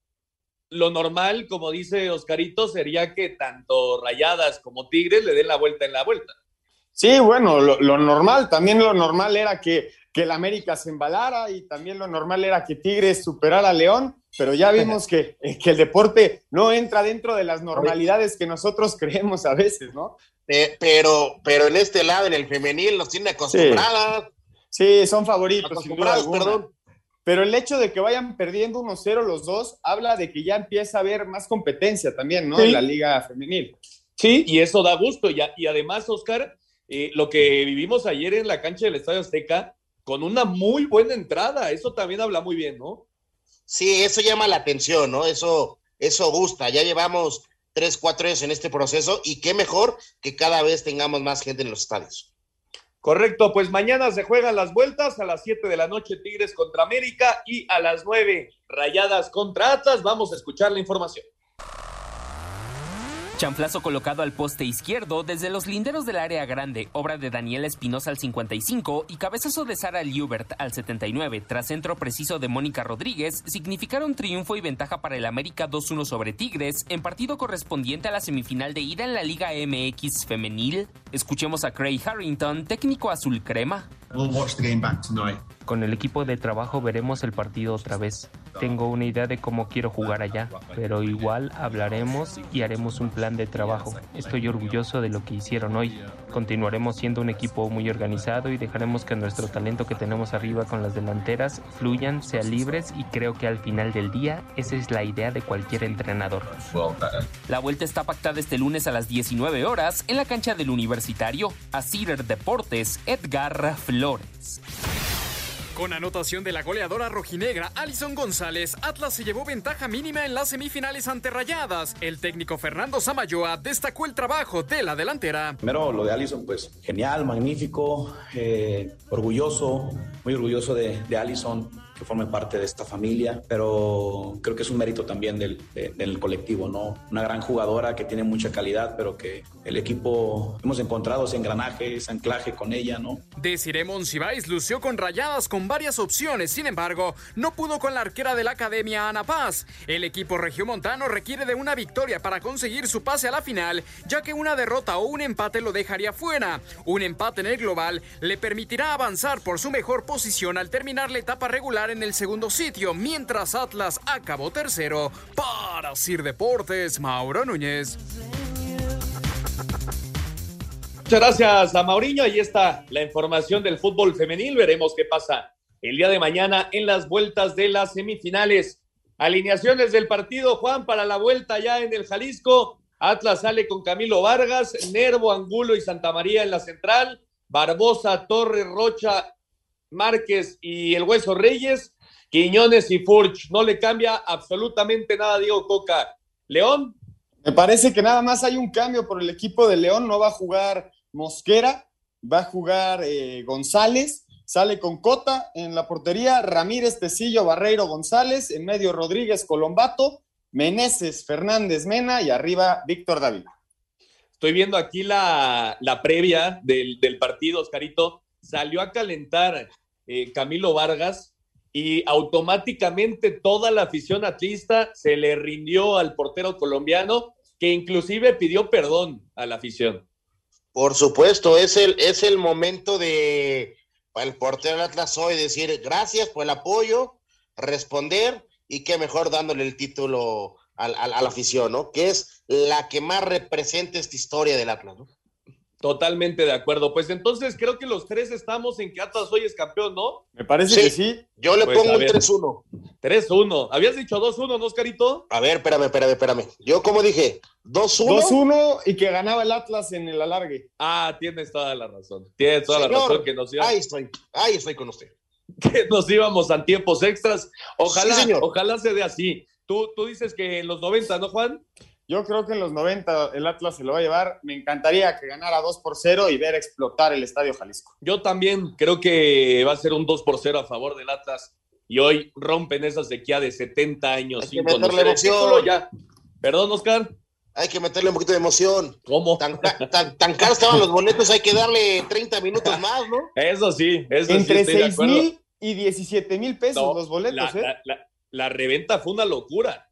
Lo normal, como dice Oscarito, sería que tanto Rayadas como Tigres le den la vuelta en la vuelta. Sí, bueno, lo normal, también lo normal era que el América se embalara, y también lo normal era que Tigres superara a León, pero ya vimos que el deporte no entra dentro de las normalidades que nosotros creemos a veces, ¿no? Pero en este lado, en el femenil, nos tiene acostumbradas. Sí, son favoritos, acostumbrados, perdón. Pero el hecho de que vayan perdiendo 1-0 los dos habla de que ya empieza a haber más competencia también, ¿no? Sí. En la liga femenil. Sí, y eso da gusto. Y además, Oscar, lo que vivimos ayer en la cancha del Estadio Azteca, con una muy buena entrada, eso también habla muy bien, ¿no? Sí, eso llama la atención, ¿no? Eso gusta. Ya llevamos 3-4 años en este proceso, y qué mejor que cada vez tengamos más gente en los estadios. Correcto, pues mañana se juegan las vueltas, a las 7 de la noche Tigres contra América y a las 9 Rayadas contra Atlas. Vamos a escuchar la información. Chanflazo colocado al poste izquierdo desde los linderos del área grande, obra de Daniela Espinosa al 55 y cabezazo de Sara Liubert al 79, tras centro preciso de Mónica Rodríguez, significaron triunfo y ventaja para el América 2-1 sobre Tigres en partido correspondiente a la semifinal de ida en la Liga MX femenil. Escuchemos a Craig Harrington, técnico azul crema. Con el equipo de trabajo veremos el partido otra vez. Tengo una idea de cómo quiero jugar allá, pero igual hablaremos y haremos un plan de trabajo. Estoy orgulloso de lo que hicieron hoy. Continuaremos siendo un equipo muy organizado y dejaremos que nuestro talento que tenemos arriba con las delanteras fluyan, sean libres, y creo que al final del día esa es la idea de cualquier entrenador. La vuelta está pactada este lunes a las 19 horas en la cancha del Universitario. Asir Deportes, Edgar Flores. Con anotación de la goleadora rojinegra Alison González, Atlas se llevó ventaja mínima en las semifinales ante Rayadas. El técnico Fernando Samayoa destacó el trabajo de la delantera. Primero lo de Alison, pues genial, magnífico, orgulloso, muy orgulloso de Alison, que forme parte de esta familia, pero creo que es un mérito también del colectivo, ¿no? Una gran jugadora que tiene mucha calidad, pero que el equipo hemos encontrado ese engranaje, ese anclaje con ella, ¿no? Desiree Monsiváis lució con Rayadas con varias opciones, sin embargo, no pudo con la arquera de la Academia Ana Paz. El equipo regiomontano requiere de una victoria para conseguir su pase a la final, ya que una derrota o un empate lo dejaría fuera. Un empate en el global le permitirá avanzar por su mejor posición al terminar la etapa regular en el segundo sitio, mientras Atlas acabó tercero. Para Sir Deportes, Mauro Núñez. Muchas gracias a Mauriño. Ahí está la información del fútbol femenil. Veremos qué pasa el día de mañana en las vueltas de las semifinales. Alineaciones del partido, Juan, para la vuelta ya en el Jalisco. Atlas sale con Camilo Vargas, Nervo, Angulo y Santamaría en la central, Barbosa, Torres, Rocha, Márquez y el Hueso Reyes, Quiñones y Furch. No le cambia absolutamente nada a Diego Coca. ¿León? Me parece que nada más hay un cambio por el equipo de León. No va a jugar Mosquera, va a jugar González, sale con Cota en la portería, Ramírez, Tecillo, Barreiro, González, en medio Rodríguez, Colombato, Meneses, Fernández, Mena y arriba Víctor Dávila. Estoy viendo aquí la previa del partido, Oscarito. Salió a calentar Camilo Vargas y automáticamente toda la afición atlista se le rindió al portero colombiano, que inclusive pidió perdón a la afición. Por supuesto, es el momento para el portero del Atlas hoy decir gracias por el apoyo, responder y qué mejor dándole el título a la afición, ¿no? Que es la que más representa esta historia del Atlas, ¿no? Totalmente de acuerdo. Pues entonces creo que los tres estamos en que Atlas hoy es campeón, ¿no? Me parece que sí. Yo le Pues, pongo a un ver. 3-1. 3-1. Habías dicho 2-1, ¿no, Oscarito? A ver, espérame. Yo, como dije, 2-1. 2-1 y que ganaba el Atlas en el alargue. Ah, tienes toda la razón. Tienes toda la Señor, razón que nos ahí estoy con usted. que nos íbamos a tiempos extras. Ojalá, Sí, señor. ojalá se dé así. Tú dices que en los 90, ¿no, Juan? Yo creo que en los 90 el Atlas se lo va a llevar. Me encantaría que ganara 2-0 y ver explotar el Estadio Jalisco. Yo también creo que va a ser un 2-0 a favor del Atlas. Y hoy rompen esa sequía de 70 años Hay sin que meterle conocer el emoción. título ya. Perdón, Oscar. Hay que meterle un poquito de emoción. ¿Cómo? Tan caros estaban los boletos, hay que darle 30 minutos más, ¿no? Eso sí, Entre sí estoy de acuerdo. 6,000 y 17,000 pesos No, los boletos, la reventa fue una locura.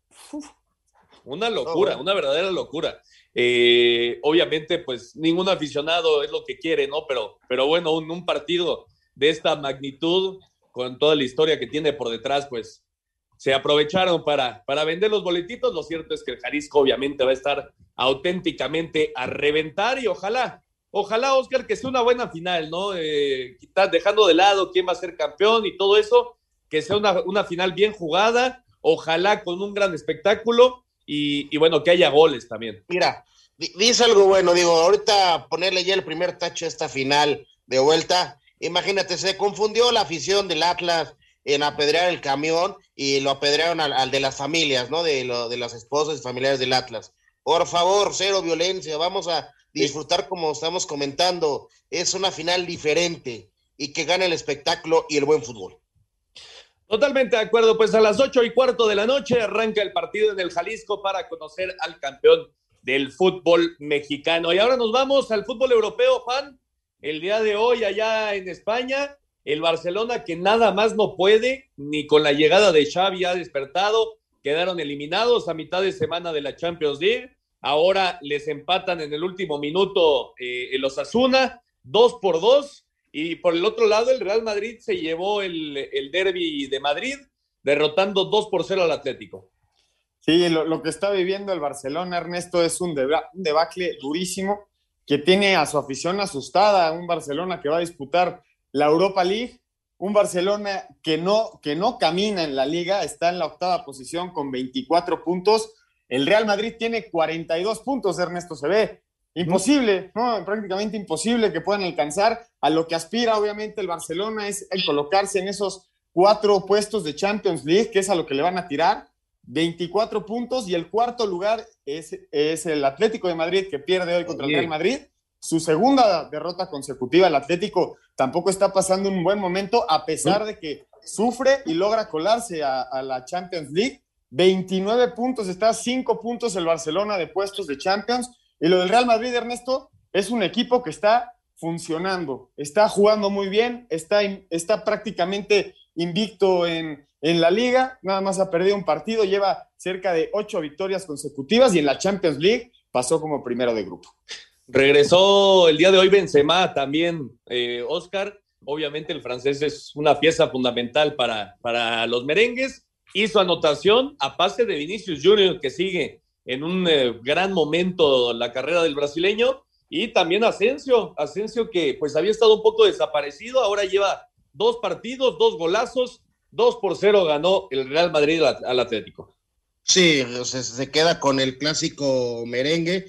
Una locura, una verdadera locura. Obviamente, pues ningún aficionado es lo que quiere, ¿no? Pero bueno, un partido de esta magnitud, con toda la historia que tiene por detrás, pues se aprovecharon para vender los boletitos. Lo cierto es que el Jalisco obviamente va a estar auténticamente a reventar y ojalá, Oscar, que sea una buena final, ¿no? Dejando de lado quién va a ser campeón y todo eso, que sea una final bien jugada, ojalá con un gran espectáculo y bueno, que haya goles también. Mira, dice algo bueno, digo, ahorita ponerle ya el primer tacho a esta final de vuelta, imagínate, se confundió la afición del Atlas en apedrear el camión y lo apedrearon al de las familias, ¿no? De las esposas y familiares del Atlas. Por favor, cero violencia, vamos a disfrutar como estamos comentando, es una final diferente y que gane el espectáculo y el buen fútbol. Totalmente de acuerdo, pues a las 8:15 de la noche arranca el partido en el Jalisco para conocer al campeón del fútbol mexicano. Y ahora nos vamos al fútbol europeo, Juan. El día de hoy allá en España, el Barcelona que nada más no puede, ni con la llegada de Xavi ha despertado, quedaron eliminados a mitad de semana de la Champions League. Ahora les empatan en el último minuto el Osasuna, 2-2. Y por el otro lado, el Real Madrid se llevó el derbi de Madrid, derrotando 2-0 al Atlético. Sí, lo que está viviendo el Barcelona, Ernesto, es un debacle durísimo que tiene a su afición asustada. Un Barcelona que va a disputar la Europa League, un Barcelona que no camina en la Liga, está en la 8ª posición con 24 puntos. El Real Madrid tiene 42 puntos, Ernesto, se ve imposible, ¿no? Prácticamente imposible que puedan alcanzar. A lo que aspira, obviamente, el Barcelona es el colocarse en esos 4 puestos de Champions League, que es a lo que le van a tirar. 24 puntos y el cuarto lugar es el Atlético de Madrid, que pierde hoy contra el Real Madrid. Su segunda derrota consecutiva. El Atlético tampoco está pasando un buen momento, a pesar de que sufre y logra colarse a la Champions League. 29 puntos, está a 5 puntos el Barcelona de puestos de Champions. Y lo del Real Madrid, Ernesto, es un equipo que está funcionando, está jugando muy bien, está prácticamente invicto en la Liga, nada más ha perdido un partido, lleva cerca de 8 victorias consecutivas y en la Champions League pasó como primero de grupo. Regresó el día de hoy Benzema también, Oscar. Obviamente el francés es una pieza fundamental para los merengues. Hizo anotación a pase de Vinicius Junior, que sigue en un gran momento la carrera del brasileño, y también Asensio que pues había estado un poco desaparecido, ahora lleva 2 partidos, 2 golazos, 2-0 ganó el Real Madrid al Atlético. Sí, o sea, se queda con el clásico merengue.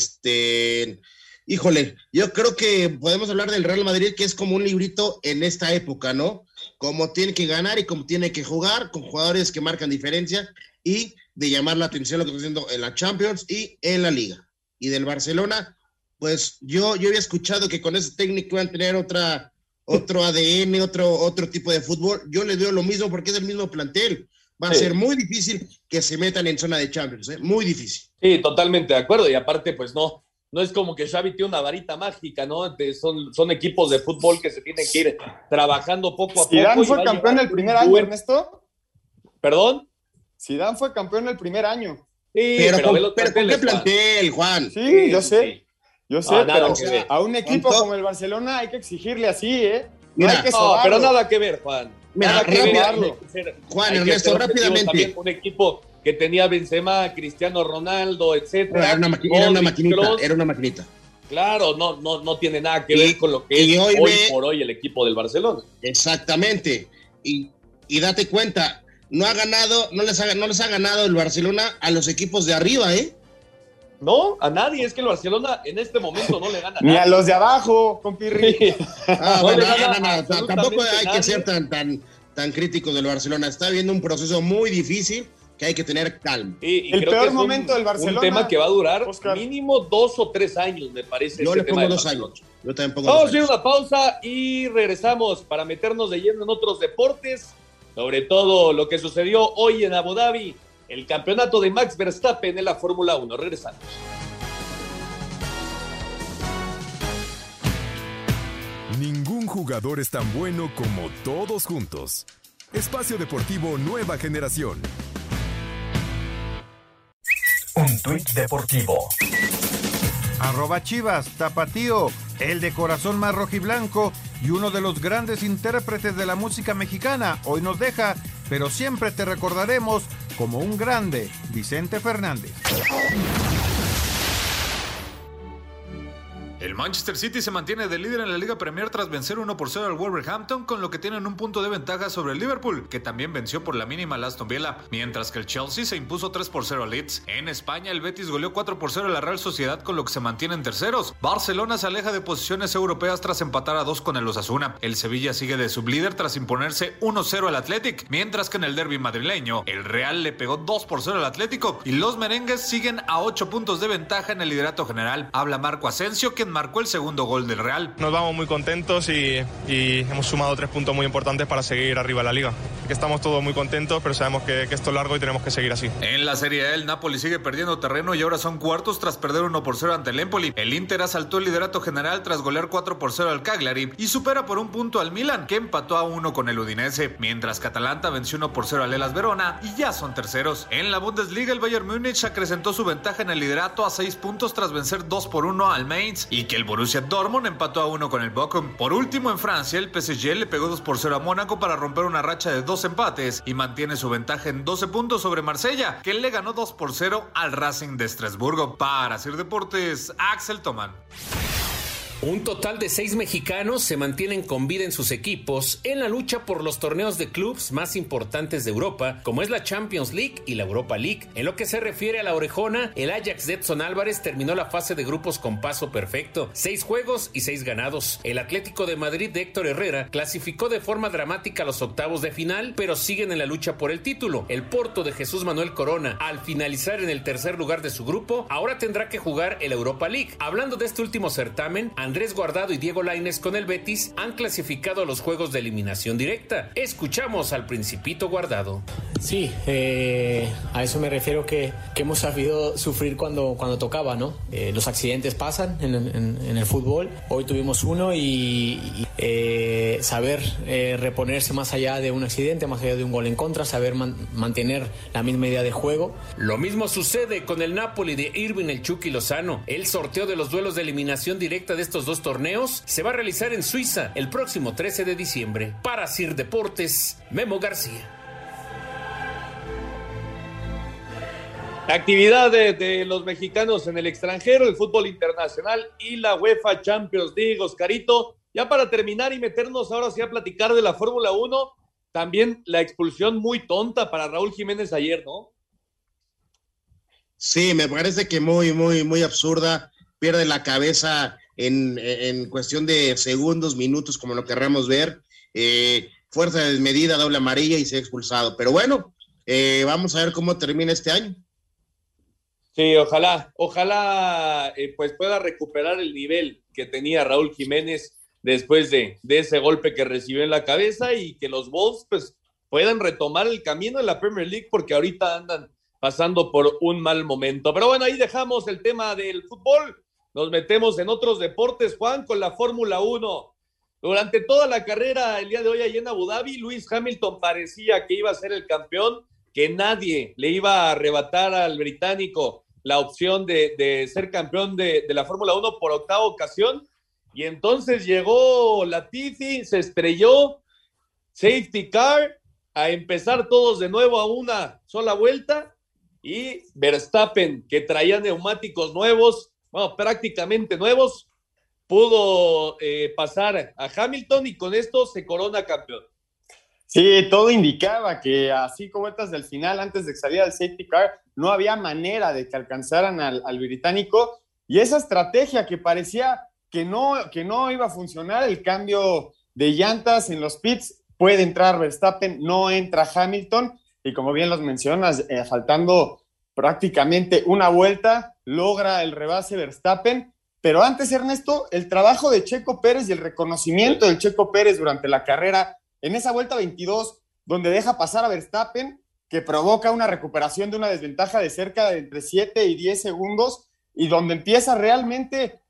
Híjole, yo creo que podemos hablar del Real Madrid, que es como un librito en esta época, ¿no? Cómo tiene que ganar y cómo tiene que jugar, con jugadores que marcan diferencia y de llamar la atención lo que está haciendo en la Champions y en la Liga. Y del Barcelona, pues yo había escuchado que con ese técnico iban a tener otro ADN, otro tipo de fútbol. Yo le doy lo mismo porque es el mismo plantel. Va a ser muy difícil que se metan en zona de Champions, muy difícil. Sí, totalmente de acuerdo. Y aparte, pues no es como que Xavi tiene una varita mágica, ¿no? Son equipos de fútbol que se tienen que ir trabajando poco a poco. ¿Zidane fue campeón el primer año, Ernesto? ¿Perdón? Zidane fue campeón el primer año. Sí, pero ¿con qué plantel, Juan? Sí, yo sé. Pero a un equipo como el Barcelona hay que exigirle así, ¿eh? No, pero nada que ver, Juan. Mira, Juan Ernesto, rápidamente. Un equipo que tenía Benzema, Cristiano Ronaldo, etcétera. Era una maquinita. Claro, no tiene nada que ver con lo que es hoy por hoy el equipo del Barcelona. Exactamente. Y date cuenta, no les ha ganado el Barcelona a los equipos de arriba, ¿eh? No, a nadie. Es que el Barcelona en este momento no le gana a nadie. Ni a los de abajo, compirri. Tampoco hay que ser tan críticos del Barcelona. Está viendo un proceso muy difícil que hay que tener calma. Y el peor momento del Barcelona. Un tema que va a durar, Oscar, mínimo 2 o 3 años, me parece. Yo le pongo 2 años. Yo también pongo 2 años. Vamos a ir a una pausa y regresamos para meternos de lleno en otros deportes, sobre todo lo que sucedió hoy en Abu Dhabi, el campeonato de Max Verstappen en la Fórmula 1. Regresamos. Ningún jugador es tan bueno como todos juntos. Espacio Deportivo Nueva Generación. Un tuit deportivo. @Chivas, Tapatío, el de corazón más rojiblanco y uno de los grandes intérpretes de la música mexicana, hoy nos deja, pero siempre te recordaremos como un grande, Vicente Fernández. El Manchester City se mantiene de líder en la Liga Premier tras vencer 1-0 al Wolverhampton, con lo que tienen un punto de ventaja sobre el Liverpool, que también venció por la mínima al Aston Villa, mientras que el Chelsea se impuso 3-0 al Leeds. En España, el Betis goleó 4-0 a la Real Sociedad, con lo que se mantienen terceros. Barcelona se aleja de posiciones europeas tras empatar a 2 con el Osasuna. El Sevilla sigue de sublíder tras imponerse 1-0 al Athletic, mientras que en el derbi madrileño, el Real le pegó 2-0 al Atlético, y los merengues siguen a 8 puntos de ventaja en el liderato general. Habla Marco Asensio, quien marcó el segundo gol del Real. Nos vamos muy contentos y hemos sumado 3 puntos muy importantes para seguir arriba en la liga. Que estamos todos muy contentos, pero sabemos que esto es largo y tenemos que seguir así. En la Serie A, el Napoli sigue perdiendo terreno y ahora son cuartos tras perder 1-0 ante el Empoli. El Inter asaltó el liderato general tras golear 4-0 al Cagliari y supera por un punto al Milan, que empató a 1 con el Udinese, mientras que Atalanta venció 1-0 al Hellas Verona y ya son terceros. En la Bundesliga, el Bayern Múnich acrecentó su ventaja en el liderato a 6 puntos tras vencer 2-1 al Mainz, y que el Borussia Dortmund empató a 1 con el Bochum. Por último, en Francia, el PSG le pegó 2-0 a Mónaco para romper una racha de 2 empates y mantiene su ventaja en 12 puntos sobre Marsella, que le ganó 2-0 al Racing de Estrasburgo. Para Sir Deportes, Axel Tomán. Un total de 6 mexicanos se mantienen con vida en sus equipos en la lucha por los torneos de clubes más importantes de Europa, como es la Champions League y la Europa League. En lo que se refiere a la orejona, el Ajax de Edson Álvarez terminó la fase de grupos con paso perfecto, 6 juegos y 6 ganados. El Atlético de Madrid de Héctor Herrera clasificó de forma dramática a los octavos de final, pero siguen en la lucha por el título. El Porto de Jesús Manuel Corona, al finalizar en el tercer lugar de su grupo, ahora tendrá que jugar el Europa League. Hablando de este último certamen, Andrés Guardado y Diego Lainez con el Betis han clasificado a los juegos de eliminación directa. Escuchamos al Principito Guardado. Sí, a eso me refiero, que hemos sabido sufrir cuando tocaba, ¿no? Los accidentes pasan en el fútbol. Hoy tuvimos uno y saber reponerse más allá de un accidente, más allá de un gol en contra, saber mantener la misma idea de juego. Lo mismo sucede con el Napoli de Irving el Chucky Lozano. El sorteo de los duelos de eliminación directa de estos dos torneos se va a realizar en Suiza el próximo 13 de diciembre. Para Sir Deportes, Memo García. Actividad de los mexicanos en el extranjero, el fútbol internacional y la UEFA Champions League. Oscarito, ya para terminar y meternos ahora sí a platicar de la Fórmula 1, también la expulsión muy tonta para Raúl Jiménez ayer, ¿no? Sí, me parece que muy absurda, pierde la cabeza en cuestión de segundos, minutos, como lo querramos ver, fuerza desmedida, doble amarilla y se ha expulsado, pero bueno, vamos a ver cómo termina este año. Sí, ojalá pues pueda recuperar el nivel que tenía Raúl Jiménez después de ese golpe que recibió en la cabeza y que los Wolves pues puedan retomar el camino en la Premier League, porque ahorita andan pasando por un mal momento. Pero bueno, ahí dejamos el tema del fútbol, nos metemos en otros deportes, Juan, con la Fórmula 1. Durante toda la carrera el día de hoy allá en Abu Dhabi, Lewis Hamilton parecía que iba a ser el campeón, que nadie le iba a arrebatar al británico la opción de ser campeón de la Fórmula 1 por octava ocasión, y entonces llegó Latifi, se estrelló, safety car, a empezar todos de nuevo a una sola vuelta, y Verstappen, que traía neumáticos nuevos, bueno, prácticamente nuevos, pudo pasar a Hamilton y con esto se corona campeón. Sí, todo indicaba que a 5 vueltas del final, antes de que saliera el safety car, no había manera de que alcanzaran al británico, y esa estrategia que parecía que no iba a funcionar, el cambio de llantas en los pits, puede entrar Verstappen, no entra Hamilton, y como bien los mencionas, faltando prácticamente una vuelta, logra el rebase Verstappen. Pero antes, Ernesto, el trabajo de Checo Pérez y el reconocimiento del Checo Pérez durante la carrera, en esa vuelta 22, donde deja pasar a Verstappen, que provoca una recuperación de una desventaja de cerca de entre 7 y 10 segundos, y donde empieza realmente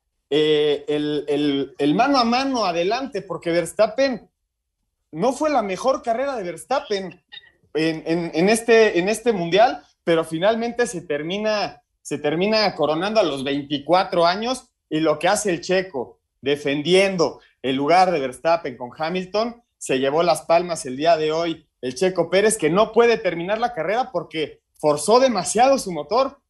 el mano a mano adelante, porque Verstappen no fue la mejor carrera de Verstappen en este mundial, pero finalmente se termina coronando a los 24 años, y lo que hace el Checo, defendiendo el lugar de Verstappen con Hamilton, se llevó las palmas el día de hoy el Checo Pérez, que no puede terminar la carrera porque forza demasiado tu motor,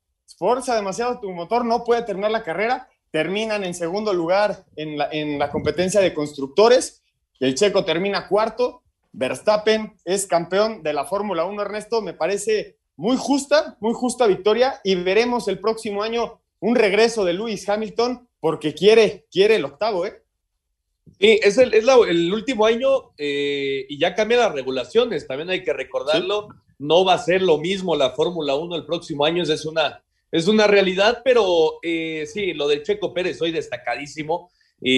no puede terminar la carrera, terminan en segundo lugar en la competencia de constructores, el Checo termina cuarto, Verstappen es campeón de la Fórmula 1, Ernesto, me parece muy justa victoria, y veremos el próximo año un regreso de Lewis Hamilton, porque quiere el octavo, ¿eh? Sí, es el último año, y ya cambian las regulaciones, también hay que recordarlo, sí. No va a ser lo mismo la Fórmula 1 el próximo año, es una realidad, pero sí, lo del Checo Pérez hoy destacadísimo,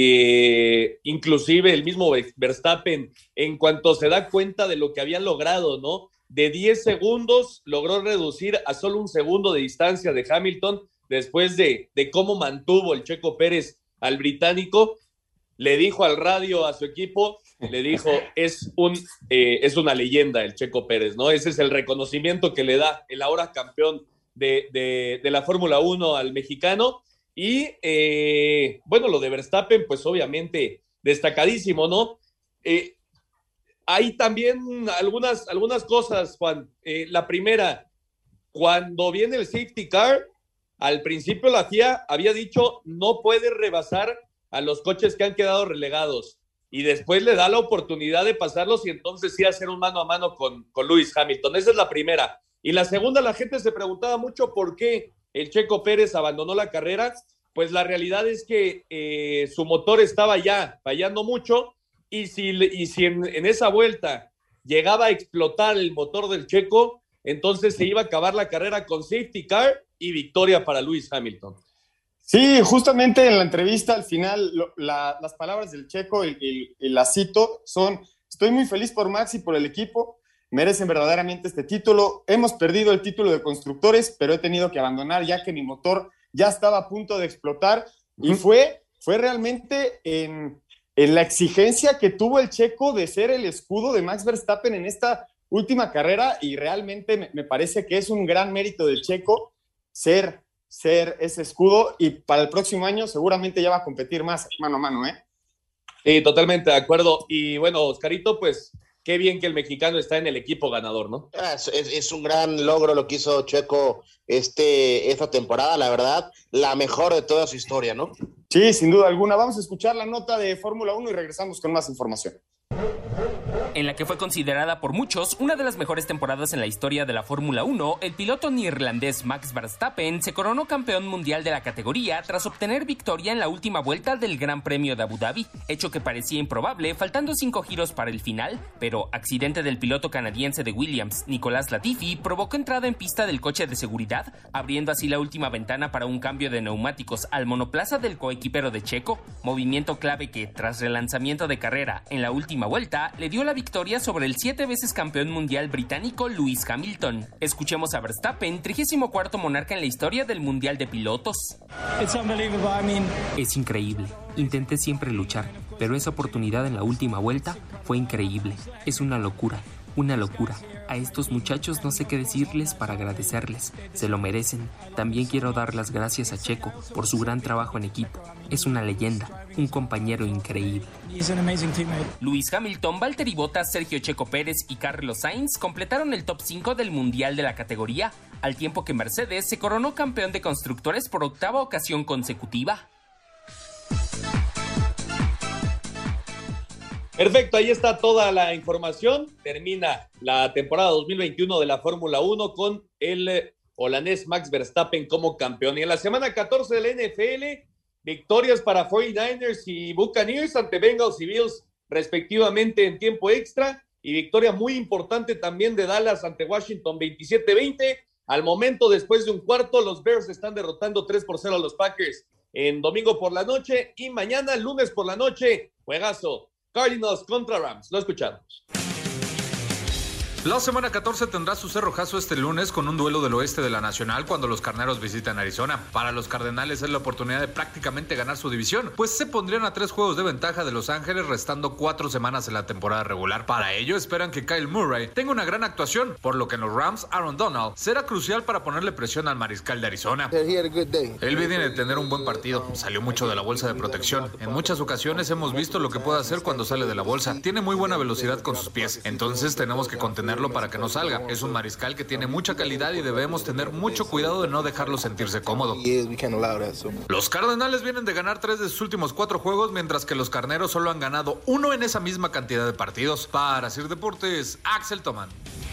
inclusive el mismo Verstappen, en cuanto se da cuenta de lo que habían logrado, ¿no? De 10 segundos logró reducir a solo 1 segundo de distancia de Hamilton, después de cómo mantuvo el Checo Pérez al británico. Le dijo al radio a su equipo, le dijo, es una leyenda el Checo Pérez, ¿no? Ese es el reconocimiento que le da el ahora campeón de la Fórmula 1 al mexicano. Y bueno, lo de Verstappen, pues obviamente destacadísimo, ¿no? Hay también algunas cosas, Juan. La primera, cuando viene el safety car, al principio la FIA había dicho no puede rebasar a los coches que han quedado relegados, y después le da la oportunidad de pasarlos y entonces sí hacer un mano a mano con Lewis Hamilton. Esa es la primera. Y la segunda, la gente se preguntaba mucho por qué el Checo Pérez abandonó la carrera. Pues la realidad es que su motor estaba ya fallando mucho, y si en esa vuelta llegaba a explotar el motor del Checo, entonces se iba a acabar la carrera con safety car y victoria para Lewis Hamilton. Sí, justamente en la entrevista al final, las palabras del Checo, y las cito, son: estoy muy feliz por Max y por el equipo, merecen verdaderamente este título, hemos perdido el título de constructores, pero he tenido que abandonar ya que mi motor ya estaba a punto de explotar, y fue realmente en la exigencia que tuvo el Checo de ser el escudo de Max Verstappen en esta última carrera, y realmente me parece que es un gran mérito del Checo ser ese escudo, y para el próximo año seguramente ya va a competir más mano a mano, ¿eh? Sí, totalmente de acuerdo. Y bueno, Oscarito, pues qué bien que el mexicano está en el equipo ganador, ¿no? Es un gran logro lo que hizo Checo esta temporada, la verdad, la mejor de toda su historia, ¿no? Sí, sin duda alguna. Vamos a escuchar la nota de Fórmula 1 y regresamos con más información. En la que fue considerada por muchos una de las mejores temporadas en la historia de la Fórmula 1, el piloto neerlandés Max Verstappen se coronó campeón mundial de la categoría tras obtener victoria en la última vuelta del Gran Premio de Abu Dhabi, hecho que parecía improbable faltando 5 giros para el final, pero accidente del piloto canadiense de Williams, Nicolás Latifi, provocó entrada en pista del coche de seguridad, abriendo así la última ventana para un cambio de neumáticos al monoplaza del coequipero de Checo, movimiento clave que, tras relanzamiento de carrera en la última vuelta, le dio la victoria sobre el 7 veces campeón mundial británico Lewis Hamilton. Escuchemos a Verstappen, 34º monarca en la historia del mundial de pilotos. Es increíble. Intenté siempre luchar, pero esa oportunidad en la última vuelta fue increíble. Es una locura. Una locura. A estos muchachos no sé qué decirles para agradecerles. Se lo merecen. También quiero dar las gracias a Checo por su gran trabajo en equipo. es una leyenda, un compañero increíble. Lewis Hamilton, Valtteri Bottas, Sergio Checo Pérez y Carlos Sainz completaron el top 5 del Mundial de la categoría, al tiempo que Mercedes se coronó campeón de constructores por 8ª ocasión consecutiva. Perfecto, ahí está toda la información. Termina la temporada 2021 de la Fórmula 1 con el holandés Max Verstappen como campeón. Y en la semana 14 de la NFL, victorias para 49ers y Buccaneers ante Bengals y Bills respectivamente en tiempo extra, y victoria muy importante también de Dallas ante Washington 27-20. Al momento, después de un cuarto, los Bears están derrotando 3-0 a los Packers en domingo por la noche, y mañana, lunes por la noche, juegazo. Cardinals contra Rams. Lo escuchamos. La semana 14 tendrá su cerrojazo este lunes con un duelo del oeste de la Nacional cuando los Carneros visitan Arizona. Para los Cardenales es la oportunidad de prácticamente ganar su división, pues se pondrían a 3 juegos de ventaja de Los Ángeles restando 4 semanas en la temporada regular. Para ello esperan que Kyle Murray tenga una gran actuación, por lo que en los Rams Aaron Donald será crucial para ponerle presión al mariscal de Arizona. Él viene de tener un buen partido, salió mucho de la bolsa de protección. En muchas ocasiones hemos visto lo que puede hacer cuando sale de la bolsa. Tiene muy buena velocidad con sus pies, entonces tenemos que contenerlo para que no salga. Es un mariscal que tiene mucha calidad y debemos tener mucho cuidado de no dejarlo sentirse cómodo. Los Cardenales vienen de ganar 3 de sus últimos 4 juegos, mientras que los Carneros solo han ganado 1 en esa misma cantidad de partidos. Para Sir Deportes, Axel Tomán.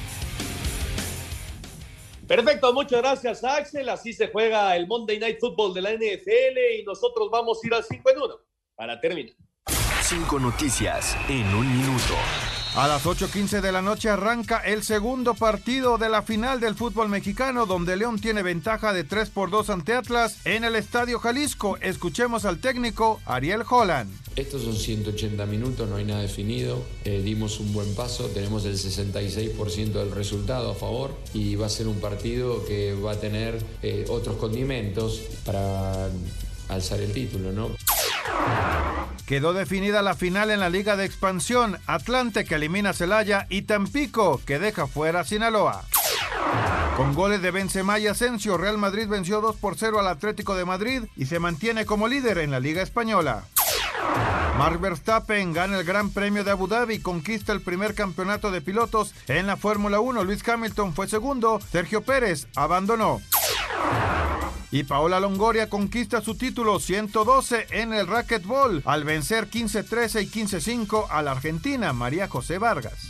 Perfecto, muchas gracias, Axel. Así se juega el Monday Night Football de la NFL y nosotros vamos a ir al 5 en 1 para terminar. 5 noticias en un minuto. A las 8:15 de la noche arranca el segundo partido de la final del fútbol mexicano, donde León tiene ventaja de 3-2 ante Atlas en el Estadio Jalisco. Escuchemos al técnico Ariel Holland. Estos son 180 minutos, no hay nada definido. Dimos un buen paso, tenemos el 66% del resultado a favor y va a ser un partido que va a tener otros condimentos para alzar el título, ¿no? Quedó definida la final en la Liga de Expansión. Atlante, que elimina a Celaya, y Tampico, que deja fuera a Sinaloa. Con goles de Benzema y Asensio, Real Madrid venció 2-0 al Atlético de Madrid y se mantiene como líder en la Liga Española. Max Verstappen gana el Gran Premio de Abu Dhabi y conquista el primer campeonato de pilotos en la Fórmula 1. Lewis Hamilton fue segundo, Sergio Pérez abandonó. Y Paola Longoria conquista su título 112 en el racquetball al vencer 15-13 y 15-5 a la argentina María José Vargas.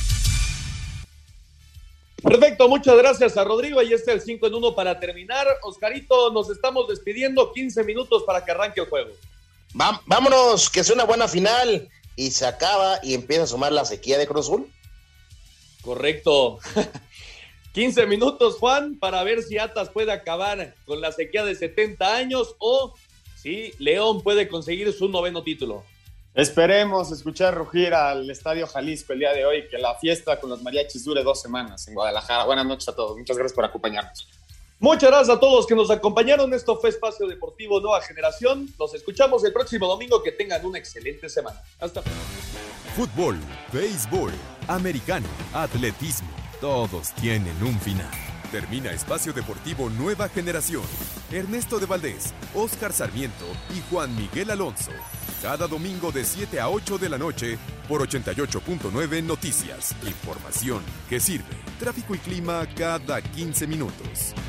Perfecto, muchas gracias a Rodrigo. Ahí está el 5 en 1 para terminar. Oscarito, nos estamos despidiendo. 15 minutos para que arranque el juego. Vámonos, que sea una buena final y se acaba y empieza a sumar la sequía de Cruz Azul. Correcto. 15 minutos, Juan, para ver si Atlas puede acabar con la sequía de 70 años o si León puede conseguir su 9º título. Esperemos escuchar rugir al Estadio Jalisco el día de hoy, que la fiesta con los mariachis dure 2 semanas en Guadalajara. Buenas noches a todos, muchas gracias por acompañarnos. Muchas gracias a todos que nos acompañaron. Esto fue Espacio Deportivo Nueva Generación. Nos escuchamos el próximo domingo. Que tengan una excelente semana. Hasta pronto. Fútbol, béisbol, americano, atletismo, todos tienen un final. Termina Espacio Deportivo Nueva Generación. Ernesto de Valdés, Óscar Sarmiento y Juan Miguel Alonso. Cada domingo de 7 a 8 de la noche por 88.9 Noticias. Información que sirve. Tráfico y clima cada 15 minutos.